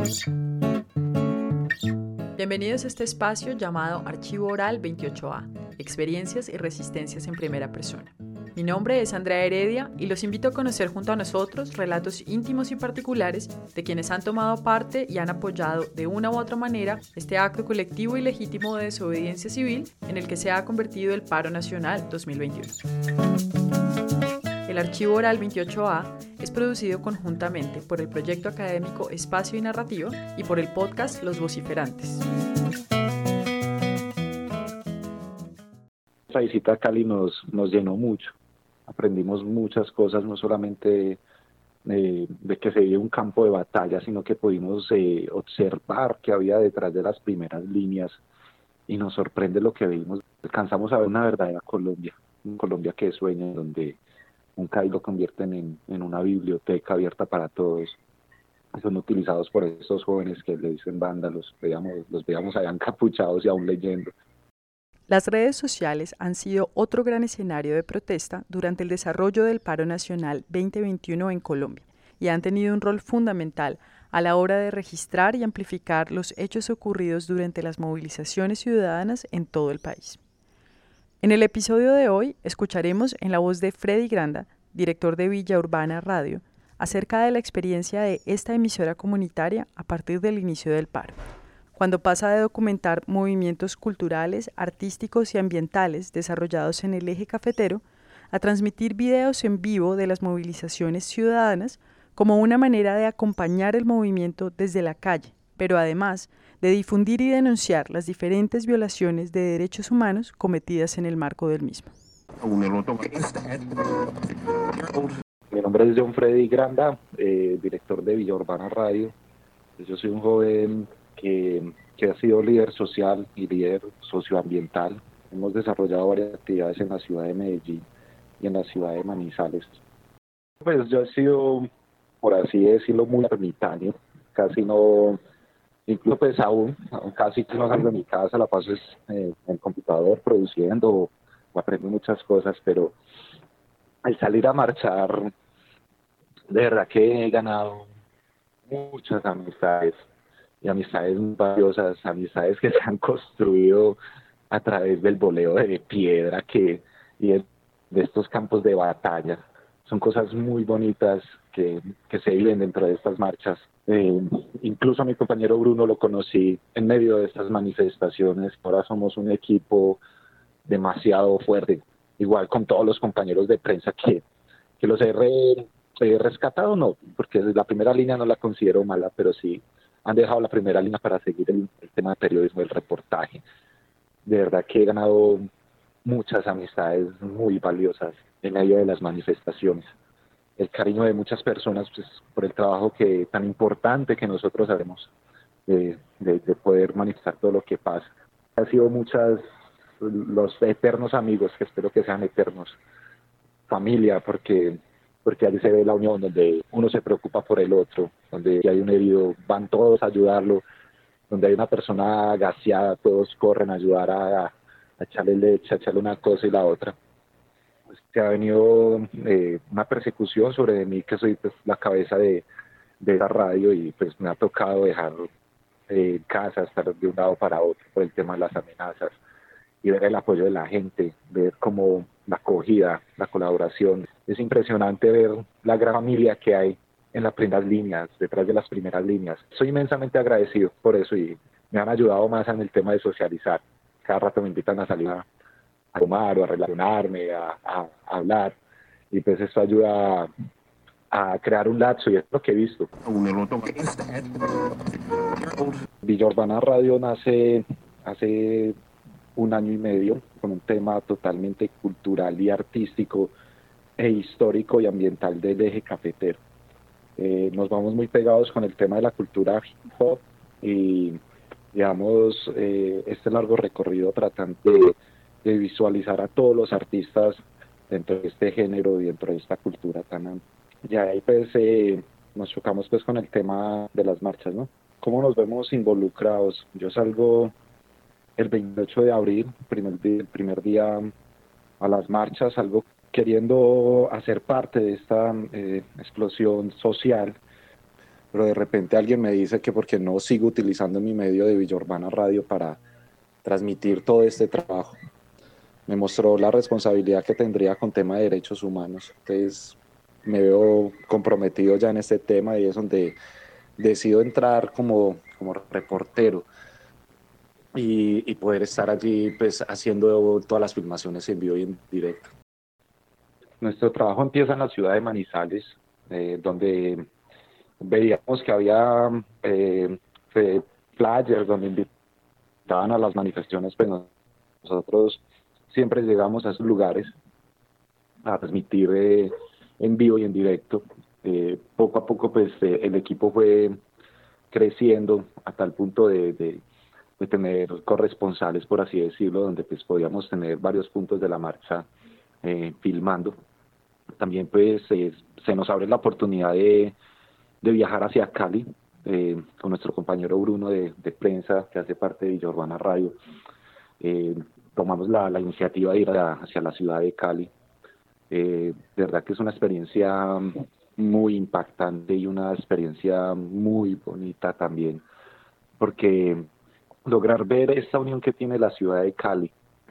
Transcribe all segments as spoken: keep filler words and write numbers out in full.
Bienvenidos a este espacio llamado Archivo Oral veintiocho A, Experiencias y Resistencias en Primera Persona. Mi nombre es Andrea Heredia y los invito a conocer junto a nosotros relatos íntimos y particulares de quienes han tomado parte y han apoyado de una u otra manera este acto colectivo y legítimo de desobediencia civil en el que se ha convertido el Paro Nacional dos mil veintiuno. El Archivo Oral veintiocho A es producido conjuntamente por el proyecto académico Espacio y Narrativa y por el podcast Los Vociferantes. Esta visita a Cali nos, nos llenó mucho. Aprendimos muchas cosas, no solamente eh, de que se veía un campo de batalla, sino que pudimos eh, observar qué había detrás de las primeras líneas y nos sorprende lo que vimos. Alcanzamos a ver una verdadera Colombia, una Colombia que sueña, donde un Cali lo convierten en, en una biblioteca abierta para todos. Son utilizados por estos jóvenes que le dicen vándalos, veíamos, los veíamos allá encapuchados y aún leyendo. Las redes sociales han sido otro gran escenario de protesta durante el desarrollo del Paro Nacional veinte veintiuno en Colombia y han tenido un rol fundamental a la hora de registrar y amplificar los hechos ocurridos durante las movilizaciones ciudadanas en todo el país. En el episodio de hoy escucharemos en la voz de Freddy Granda, director de Villa Urbana Radio, acerca de la experiencia de esta emisora comunitaria a partir del inicio del paro, cuando pasa de documentar movimientos culturales, artísticos y ambientales desarrollados en el eje cafetero a transmitir videos en vivo de las movilizaciones ciudadanas como una manera de acompañar el movimiento desde la calle, pero además de difundir y denunciar las diferentes violaciones de derechos humanos cometidas en el marco del mismo. Mi nombre es John Freddy Granda, eh, director de Villa Urbana Radio. Yo soy un joven que, que ha sido líder social y líder socioambiental. Hemos desarrollado varias actividades en la ciudad de Medellín y en la ciudad de Manizales. Pues yo he sido, por así decirlo, muy ermitaño, casi no, incluso pues aún, aún casi no salgo de mi casa, la paso es, eh, en el computador produciendo o, o aprendo muchas cosas, pero al salir a marchar, de verdad que he ganado muchas amistades. Y amistades muy valiosas, amistades que se han construido a través del boleo de piedra que, y de, de estos campos de batalla. Son cosas muy bonitas que, que se viven dentro de estas marchas. Eh, incluso a mi compañero Bruno lo conocí en medio de estas manifestaciones. Ahora somos un equipo demasiado fuerte, igual con todos los compañeros de prensa que, que los he, re, he rescatado, no, porque la primera línea no la considero mala, pero sí han dejado la primera línea para seguir el, el tema de periodismo, el reportaje. De verdad que he ganado muchas amistades muy valiosas en medio de las manifestaciones. El cariño de muchas personas pues, por el trabajo que tan importante que nosotros hacemos de, de, de poder manifestar todo lo que pasa. Han sido muchas, los eternos amigos, que espero que sean eternos, familia, porque... porque ahí se ve la unión, donde uno se preocupa por el otro, donde hay un herido, van todos a ayudarlo, donde hay una persona gaseada, todos corren a ayudar a, a echarle leche, a echarle una cosa y la otra. Pues, se ha venido eh, una persecución sobre mí, que soy pues, la cabeza de, de la radio, y pues me ha tocado dejar eh, casa, estar de un lado para otro por el tema de las amenazas, y ver el apoyo de la gente, ver cómo la acogida, la colaboración. Es impresionante ver la gran familia que hay en las primeras líneas, detrás de las primeras líneas. Soy inmensamente agradecido por eso y me han ayudado más en el tema de socializar. Cada rato me invitan a salir a, a tomar o a relacionarme, a, a, a hablar, y pues eso ayuda a, a crear un lazo, y es lo que he visto. Villa Urbana Radio nace hace un año y medio con un tema totalmente cultural y artístico e histórico y ambiental del eje cafetero. Eh, nos vamos muy pegados con el tema de la cultura hip hop y digamos eh, este largo recorrido tratando de, de visualizar a todos los artistas dentro de este género y dentro de esta cultura tan amplia. Y ahí pues eh, nos chocamos pues con el tema de las marchas, ¿no? ¿Cómo nos vemos involucrados? Yo salgo el veintiocho de abril, primer día, el primer día a las marchas, algo queriendo hacer parte de esta eh, explosión social, pero de repente alguien me dice que porque no sigo utilizando mi medio de Villa Urbana Radio para transmitir todo este trabajo. Me mostró la responsabilidad que tendría con tema de derechos humanos. Entonces me veo comprometido ya en este tema y es donde decido entrar como, como reportero y, y poder estar allí pues haciendo todas las filmaciones en vivo y en directo. Nuestro trabajo empieza en la ciudad de Manizales, eh, donde veíamos que había eh, flyers donde invitaban a las manifestaciones, pues nosotros siempre llegamos a esos lugares a transmitir eh, en vivo y en directo. Eh, poco a poco pues eh, el equipo fue creciendo a tal punto de, de, de tener corresponsales, por así decirlo, donde pues podíamos tener varios puntos de la marcha eh, filmando. También pues eh, se nos abre la oportunidad de, de viajar hacia Cali eh, con nuestro compañero Bruno de, de prensa, que hace parte de Villa Urbana Radio. Eh, tomamos la, la iniciativa de ir a, hacia la ciudad de Cali. Eh, de verdad que es una experiencia muy impactante y una experiencia muy bonita también, porque lograr ver esta unión que tiene la ciudad de Cali,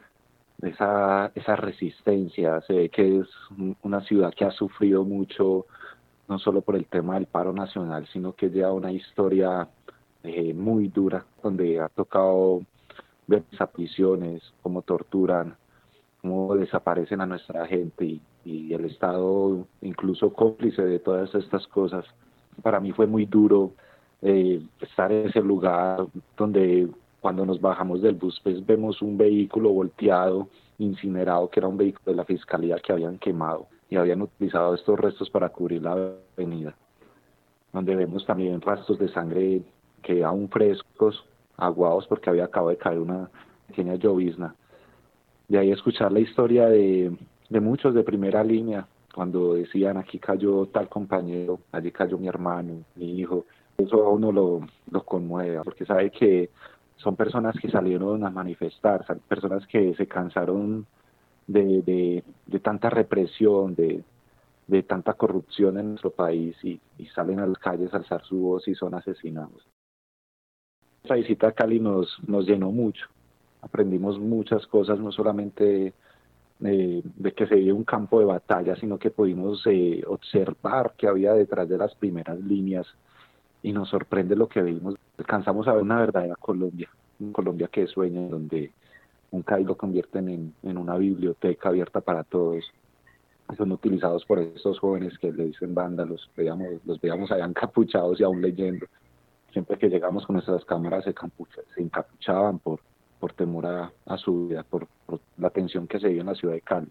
esa, esa resistencia, se ve que es una ciudad que ha sufrido mucho, no solo por el tema del paro nacional, sino que lleva una historia eh, muy dura, donde ha tocado ver desapariciones, cómo torturan, cómo desaparecen a nuestra gente y, y el Estado incluso cómplice de todas estas cosas. Para mí fue muy duro eh, estar en ese lugar donde cuando nos bajamos del bus pues vemos un vehículo volteado, incinerado, que era un vehículo de la fiscalía que habían quemado y habían utilizado estos restos para cubrir la avenida, donde vemos también rastros de sangre que aún frescos, aguados porque había acabado de caer una pequeña llovizna. De ahí escuchar la historia de, de muchos de primera línea, cuando decían aquí cayó tal compañero, allí cayó mi hermano, mi hijo. Eso a uno lo, lo conmueve, porque sabe que son personas que salieron a manifestar, personas que se cansaron de, de, de tanta represión, de, de tanta corrupción en nuestro país y, y salen a las calles a alzar su voz y son asesinados. Esta visita a Cali nos, nos llenó mucho. Aprendimos muchas cosas, no solamente eh, de que se vive un campo de batalla, sino que pudimos eh, observar qué había detrás de las primeras líneas y nos sorprende lo que vimos. Alcanzamos a ver una verdadera Colombia, una Colombia que sueña, donde un CAI lo convierten en, en una biblioteca abierta para todos. Son utilizados por estos jóvenes que le dicen vándalos, veíamos, los veíamos allá encapuchados y aún leyendo. Siempre que llegamos con nuestras cámaras se, campucha, se encapuchaban por por temor a, a su vida, por, por la tensión que se vive en la ciudad de Cali.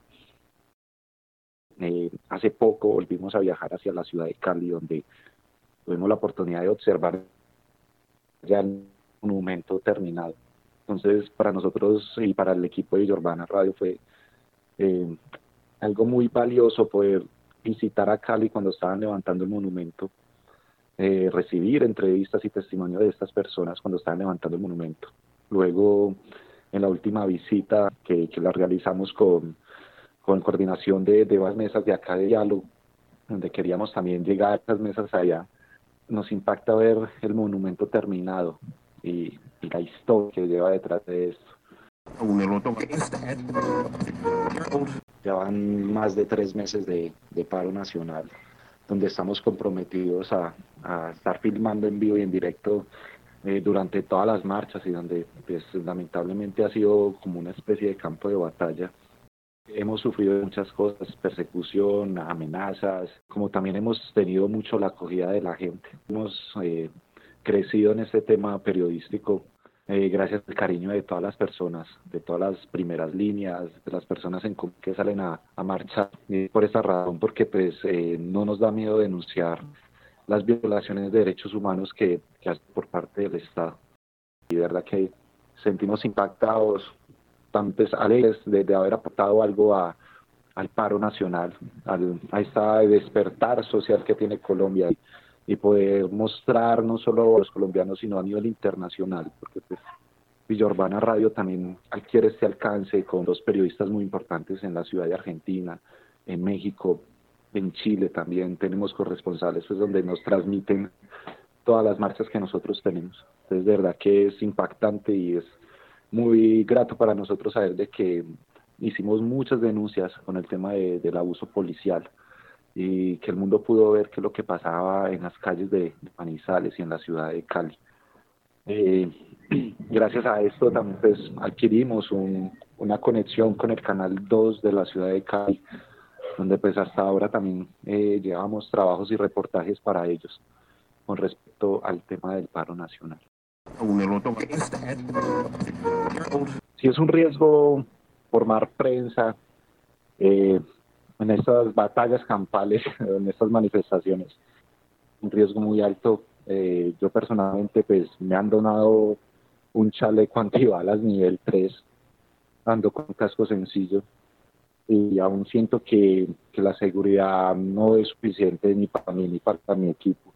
Eh, hace poco volvimos a viajar hacia la ciudad de Cali, donde tuvimos la oportunidad de observar ya el monumento terminado. Entonces, para nosotros y para el equipo de Villa Urbana Radio fue eh, algo muy valioso poder visitar a Cali cuando estaban levantando el monumento, eh, recibir entrevistas y testimonio de estas personas cuando estaban levantando el monumento. Luego, en la última visita que, que la realizamos con, con coordinación de, de varias mesas de acá de diálogo, donde queríamos también llegar a estas mesas allá, nos impacta ver el monumento terminado y, y la historia que lleva detrás de esto. Llevan más de tres meses de, de paro nacional, donde estamos comprometidos a, a estar filmando en vivo y en directo Eh, durante todas las marchas y donde pues, lamentablemente ha sido como una especie de campo de batalla. Hemos sufrido muchas cosas, persecución, amenazas, como también hemos tenido mucho la acogida de la gente. Hemos eh, crecido en este tema periodístico eh, gracias al cariño de todas las personas, de todas las primeras líneas, de las personas en común que salen a, a marchar. Y por esta razón, porque pues eh, no nos da miedo denunciar las violaciones de derechos humanos que, que hacen por parte del Estado. Y de verdad que sentimos impactados, tan pues, alegres de, de haber aportado algo a, al paro nacional, al, a esta despertar social que tiene Colombia y, y poder mostrar no solo a los colombianos, sino a nivel internacional, porque pues, Villa Urbana Radio también adquiere este alcance con dos periodistas muy importantes en la ciudad de Argentina, en México, en Chile también tenemos corresponsales pues, donde nos transmiten todas las marchas que nosotros tenemos. Entonces, de verdad que es impactante y es muy grato para nosotros saber de que hicimos muchas denuncias con el tema de, del abuso policial y que el mundo pudo ver qué es lo que pasaba en las calles de Manizales y en la ciudad de Cali. Eh, gracias a esto también pues adquirimos un, una conexión con el canal dos de la ciudad de Cali, donde pues hasta ahora también eh, llevamos trabajos y reportajes para ellos con respecto al tema del paro nacional. Si es un riesgo formar prensa eh, en estas batallas campales, en estas manifestaciones, un riesgo muy alto. Eh, yo personalmente pues me han donado un chaleco antibalas nivel tres, ando con casco sencillo y aún siento que, que la seguridad no es suficiente ni para mí ni para mi equipo.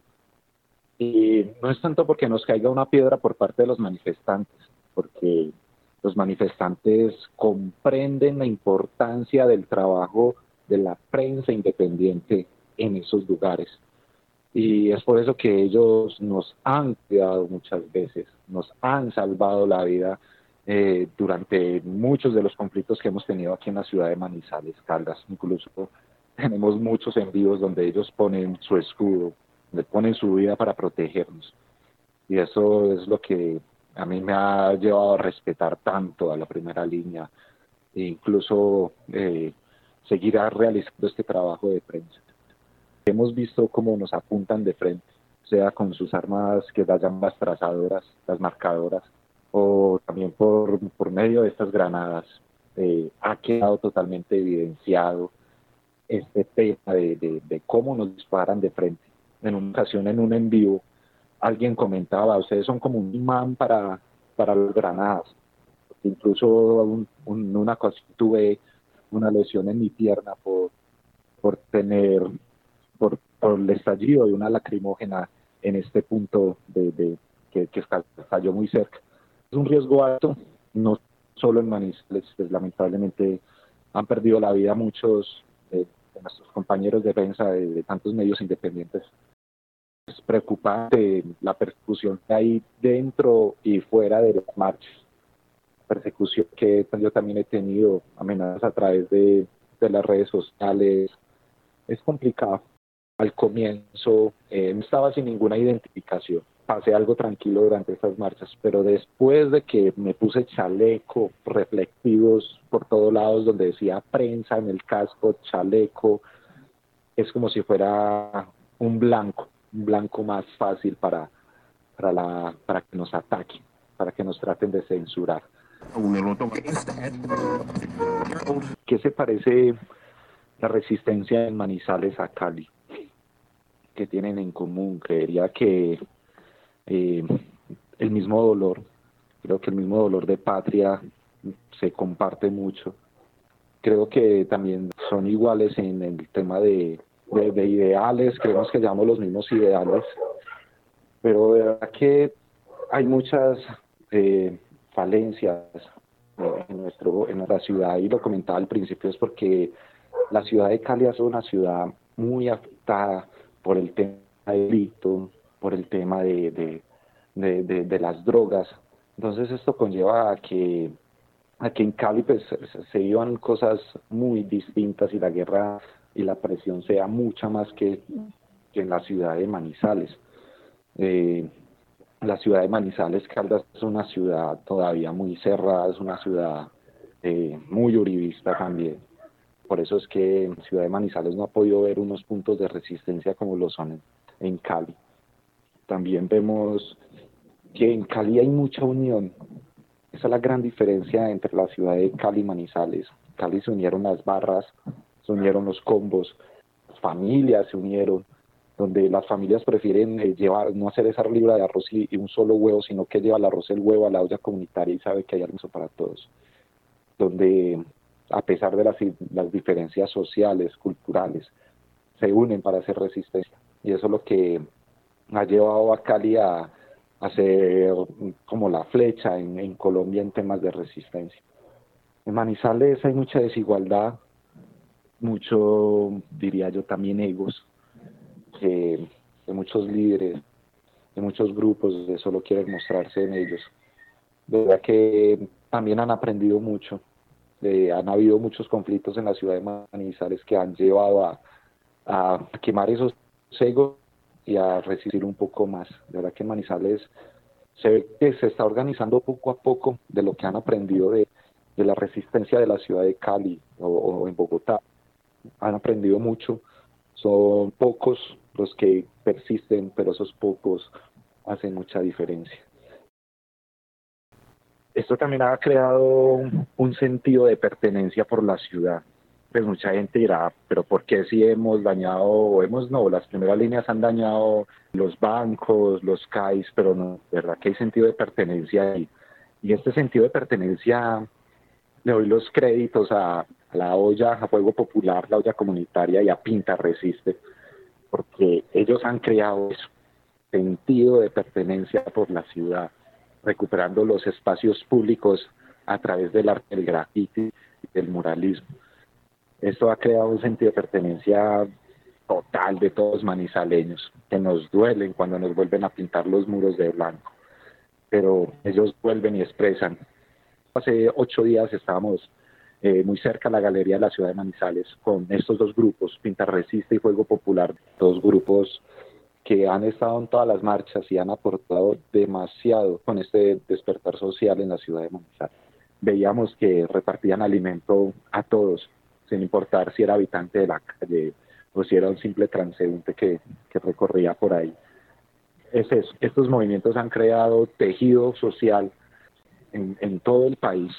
Y no es tanto porque nos caiga una piedra por parte de los manifestantes, porque los manifestantes comprenden la importancia del trabajo de la prensa independiente en esos lugares. Y es por eso que ellos nos han cuidado muchas veces, nos han salvado la vida eh, durante muchos de los conflictos que hemos tenido aquí en la ciudad de Manizales, Caldas. Incluso tenemos muchos envíos donde ellos ponen su escudo, donde ponen su vida para protegernos. Y eso es lo que a mí me ha llevado a respetar tanto a la primera línea e incluso eh, seguir realizando este trabajo de prensa. Hemos visto cómo nos apuntan de frente, sea con sus armas que dayan las trazadoras, las marcadoras, o también por, por medio de estas granadas. Eh, ha quedado totalmente evidenciado este tema de, de, de cómo nos disparan de frente. En una ocasión, en un en vivo, alguien comentaba, ustedes son como un imán para, para las granadas. Incluso un, un, una ocasión tuve una lesión en mi pierna por, por tener... Por, por el estallido de una lacrimógena en este punto de, de que, que estalló muy cerca. Es un riesgo alto, no solo en Manizales, pues lamentablemente han perdido la vida muchos de, de nuestros compañeros de prensa de, de tantos medios independientes. Es preocupante la persecución que hay dentro y fuera de las marchas, persecución que yo también he tenido, amenazas a través de, de las redes sociales. Es complicado. Al comienzo eh, no estaba sin ninguna identificación, pasé algo tranquilo durante estas marchas, pero después de que me puse chaleco, reflectivos por todos lados donde decía prensa en el casco, chaleco, es como si fuera un blanco, un blanco más fácil para, para, la, para que nos ataquen, para que nos traten de censurar. ¿Qué se parece la resistencia en Manizales a Cali? Que tienen en común, creería que eh, el mismo dolor, creo que el mismo dolor de patria se comparte mucho. Creo que también son iguales en el tema de, de, de ideales, creemos que llevamos los mismos ideales, pero de verdad que hay muchas eh, falencias en, nuestro, en nuestra ciudad, y lo comentaba al principio, es porque la ciudad de Cali es una ciudad muy afectada por el tema del delito, por el tema de, de, de, de, de las drogas. Entonces esto conlleva a que, a que en Cali pues, se vivan cosas muy distintas y la guerra y la presión sea mucha más que, que en la ciudad de Manizales. Eh, la ciudad de Manizales, Caldas, es una ciudad todavía muy cerrada, es una ciudad eh, muy uribista también. Por eso es que en Ciudad de Manizales no ha podido ver unos puntos de resistencia como lo son en, en Cali. También vemos que en Cali hay mucha unión. Esa es la gran diferencia entre la ciudad de Cali y Manizales. En Cali se unieron las barras, se unieron los combos, las familias se unieron, donde las familias prefieren eh, llevar, no hacer esa libra de arroz y, y un solo huevo, sino que lleva el arroz y el huevo a la olla comunitaria y sabe que hay almuerzo para todos. Donde a pesar de las, las diferencias sociales, culturales, se unen para hacer resistencia. Y eso es lo que ha llevado a Cali a, a ser como la flecha en, en Colombia en temas de resistencia. En Manizales hay mucha desigualdad, mucho, diría yo, también egos, que, de muchos líderes de muchos grupos que solo quieren mostrarse en ellos. De verdad que también han aprendido mucho. Eh, han habido muchos conflictos en la ciudad de Manizales que han llevado a, a quemar esos egos y a resistir un poco más. De verdad que en Manizales se ve que se está organizando poco a poco de lo que han aprendido de, de la resistencia de la ciudad de Cali o, o en Bogotá. Han aprendido mucho. Son pocos los que persisten, pero esos pocos hacen mucha diferencia. Esto también ha creado un sentido de pertenencia por la ciudad. Pues mucha gente dirá, pero ¿por qué si hemos dañado, o hemos no, las primeras líneas han dañado los bancos, los C A I S, pero no, verdad que hay sentido de pertenencia ahí. Y este sentido de pertenencia, le doy los créditos a, a la olla, a Fuego Popular, la olla comunitaria y a Pinta Resiste, porque ellos han creado eso, sentido de pertenencia por la ciudad, recuperando los espacios públicos a través del arte, del grafiti y del muralismo. Esto ha creado un sentido de pertenencia total de todos los manizaleños, que nos duelen cuando nos vuelven a pintar los muros de blanco, pero ellos vuelven y expresan. Hace ocho días estábamos eh, muy cerca de la Galería de la Ciudad de Manizales con estos dos grupos, Pinta Resiste y Fuego Popular, dos grupos que han estado en todas las marchas y han aportado demasiado con este despertar social en la ciudad de Manizales. Veíamos que repartían alimento a todos, sin importar si era habitante de la calle o si era un simple transeúnte que, que recorría por ahí. Es eso. Estos movimientos han creado tejido social en, en todo el país.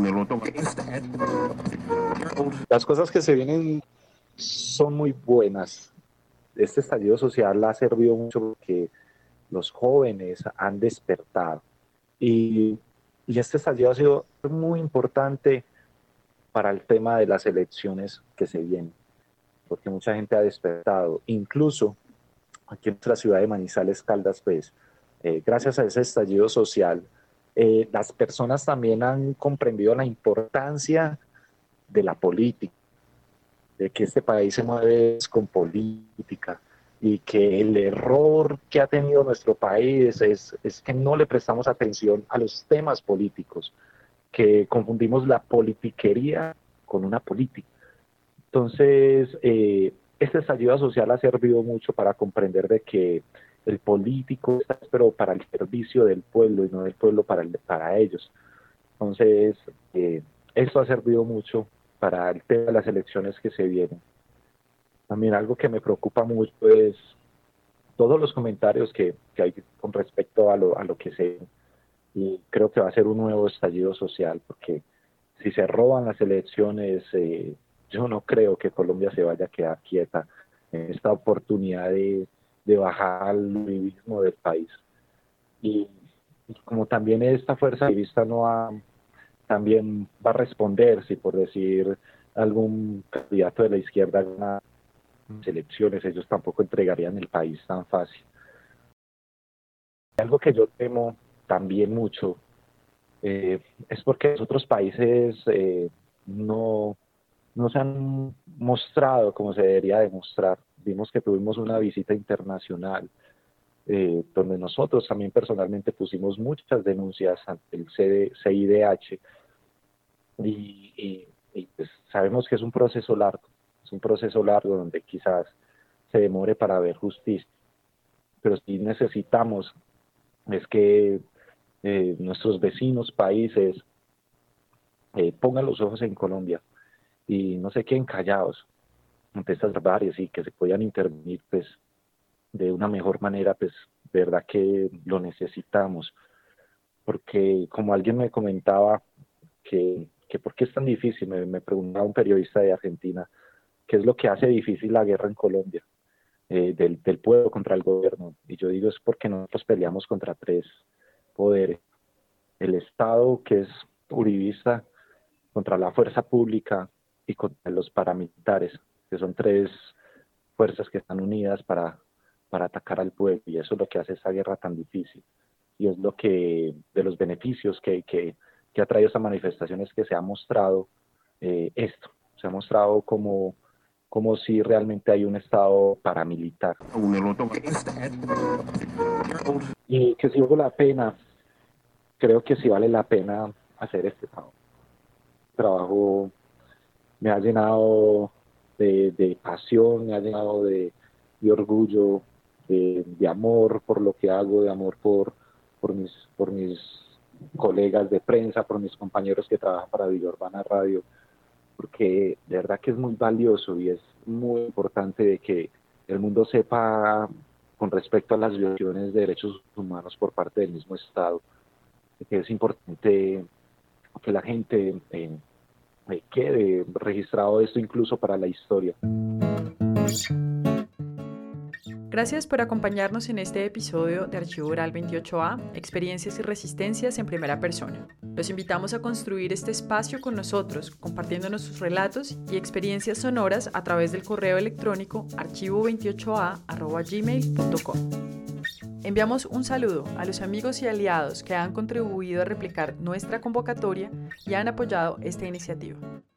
Las cosas que se vienen son muy buenas. Este estallido social ha servido mucho porque los jóvenes han despertado. Y, y este estallido ha sido muy importante para el tema de las elecciones que se vienen, porque mucha gente ha despertado. Incluso aquí en nuestra ciudad de Manizales, Caldas, pues, eh, gracias a ese estallido social, eh, las personas también han comprendido la importancia de la política, de que este país se mueve con política y que el error que ha tenido nuestro país es, es que no le prestamos atención a los temas políticos, que confundimos la politiquería con una política. Entonces, eh, este estallido social ha servido mucho para comprender de que el político está pero para el servicio del pueblo y no del pueblo para, el, para ellos. Entonces, eh, esto ha servido mucho para el tema de las elecciones que se vienen. También algo que me preocupa mucho es todos los comentarios que, que hay con respecto a lo, a lo que se... Y creo que va a ser un nuevo estallido social, porque si se roban las elecciones, eh, yo no creo que Colombia se vaya a quedar quieta en esta oportunidad de, de bajar al uribismo del país. Y, y como también esta fuerza activista no ha, también va a responder si por decir algún candidato de la izquierda gana las elecciones, ellos tampoco entregarían el país tan fácil. Algo que yo temo también mucho eh, es porque los otros países eh, no, no se han mostrado como se debería demostrar. Vimos que tuvimos una visita internacional eh, donde nosotros también personalmente pusimos muchas denuncias ante el C I D H y, y, y pues sabemos que es un proceso largo, es un proceso largo donde quizás se demore para ver justicia, pero sí necesitamos es que eh, nuestros vecinos países eh, pongan los ojos en Colombia y no se queden callados ante estas barbaries y que se puedan intervenir pues de una mejor manera, pues verdad que lo necesitamos, porque como alguien me comentaba que, que por qué es tan difícil, me, me preguntaba un periodista de Argentina, qué es lo que hace difícil la guerra en Colombia, eh, del, del pueblo contra el gobierno, y yo digo es porque nosotros peleamos contra tres poderes, el Estado que es uribista, contra la fuerza pública y contra los paramilitares, que son tres fuerzas que están unidas para, para atacar al pueblo, y eso es lo que hace esa guerra tan difícil, y es lo que, de los beneficios que, que, que ha traído esta manifestación es que se ha mostrado eh, esto, se ha mostrado como como si realmente hay un Estado paramilitar. Y que si vale la pena, creo que sí vale la pena hacer este trabajo. El trabajo me ha llenado de, de pasión, me ha llenado de, de orgullo, de, de amor por lo que hago, de amor por, por, mis, por mis colegas de prensa, por mis compañeros que trabajan para Villa Urbana Radio, porque de verdad que es muy valioso y es muy importante de que el mundo sepa con respecto a las violaciones de derechos humanos por parte del mismo Estado, que es importante que la gente eh, eh, quede registrado esto incluso para la historia. Gracias por acompañarnos en este episodio de Archivo Oral veintiocho A, Experiencias y Resistencias en Primera Persona. Los invitamos a construir este espacio con nosotros, compartiéndonos sus relatos y experiencias sonoras a través del correo electrónico archivo veintiocho a arroba gmail punto com. Enviamos un saludo a los amigos y aliados que han contribuido a replicar nuestra convocatoria y han apoyado esta iniciativa.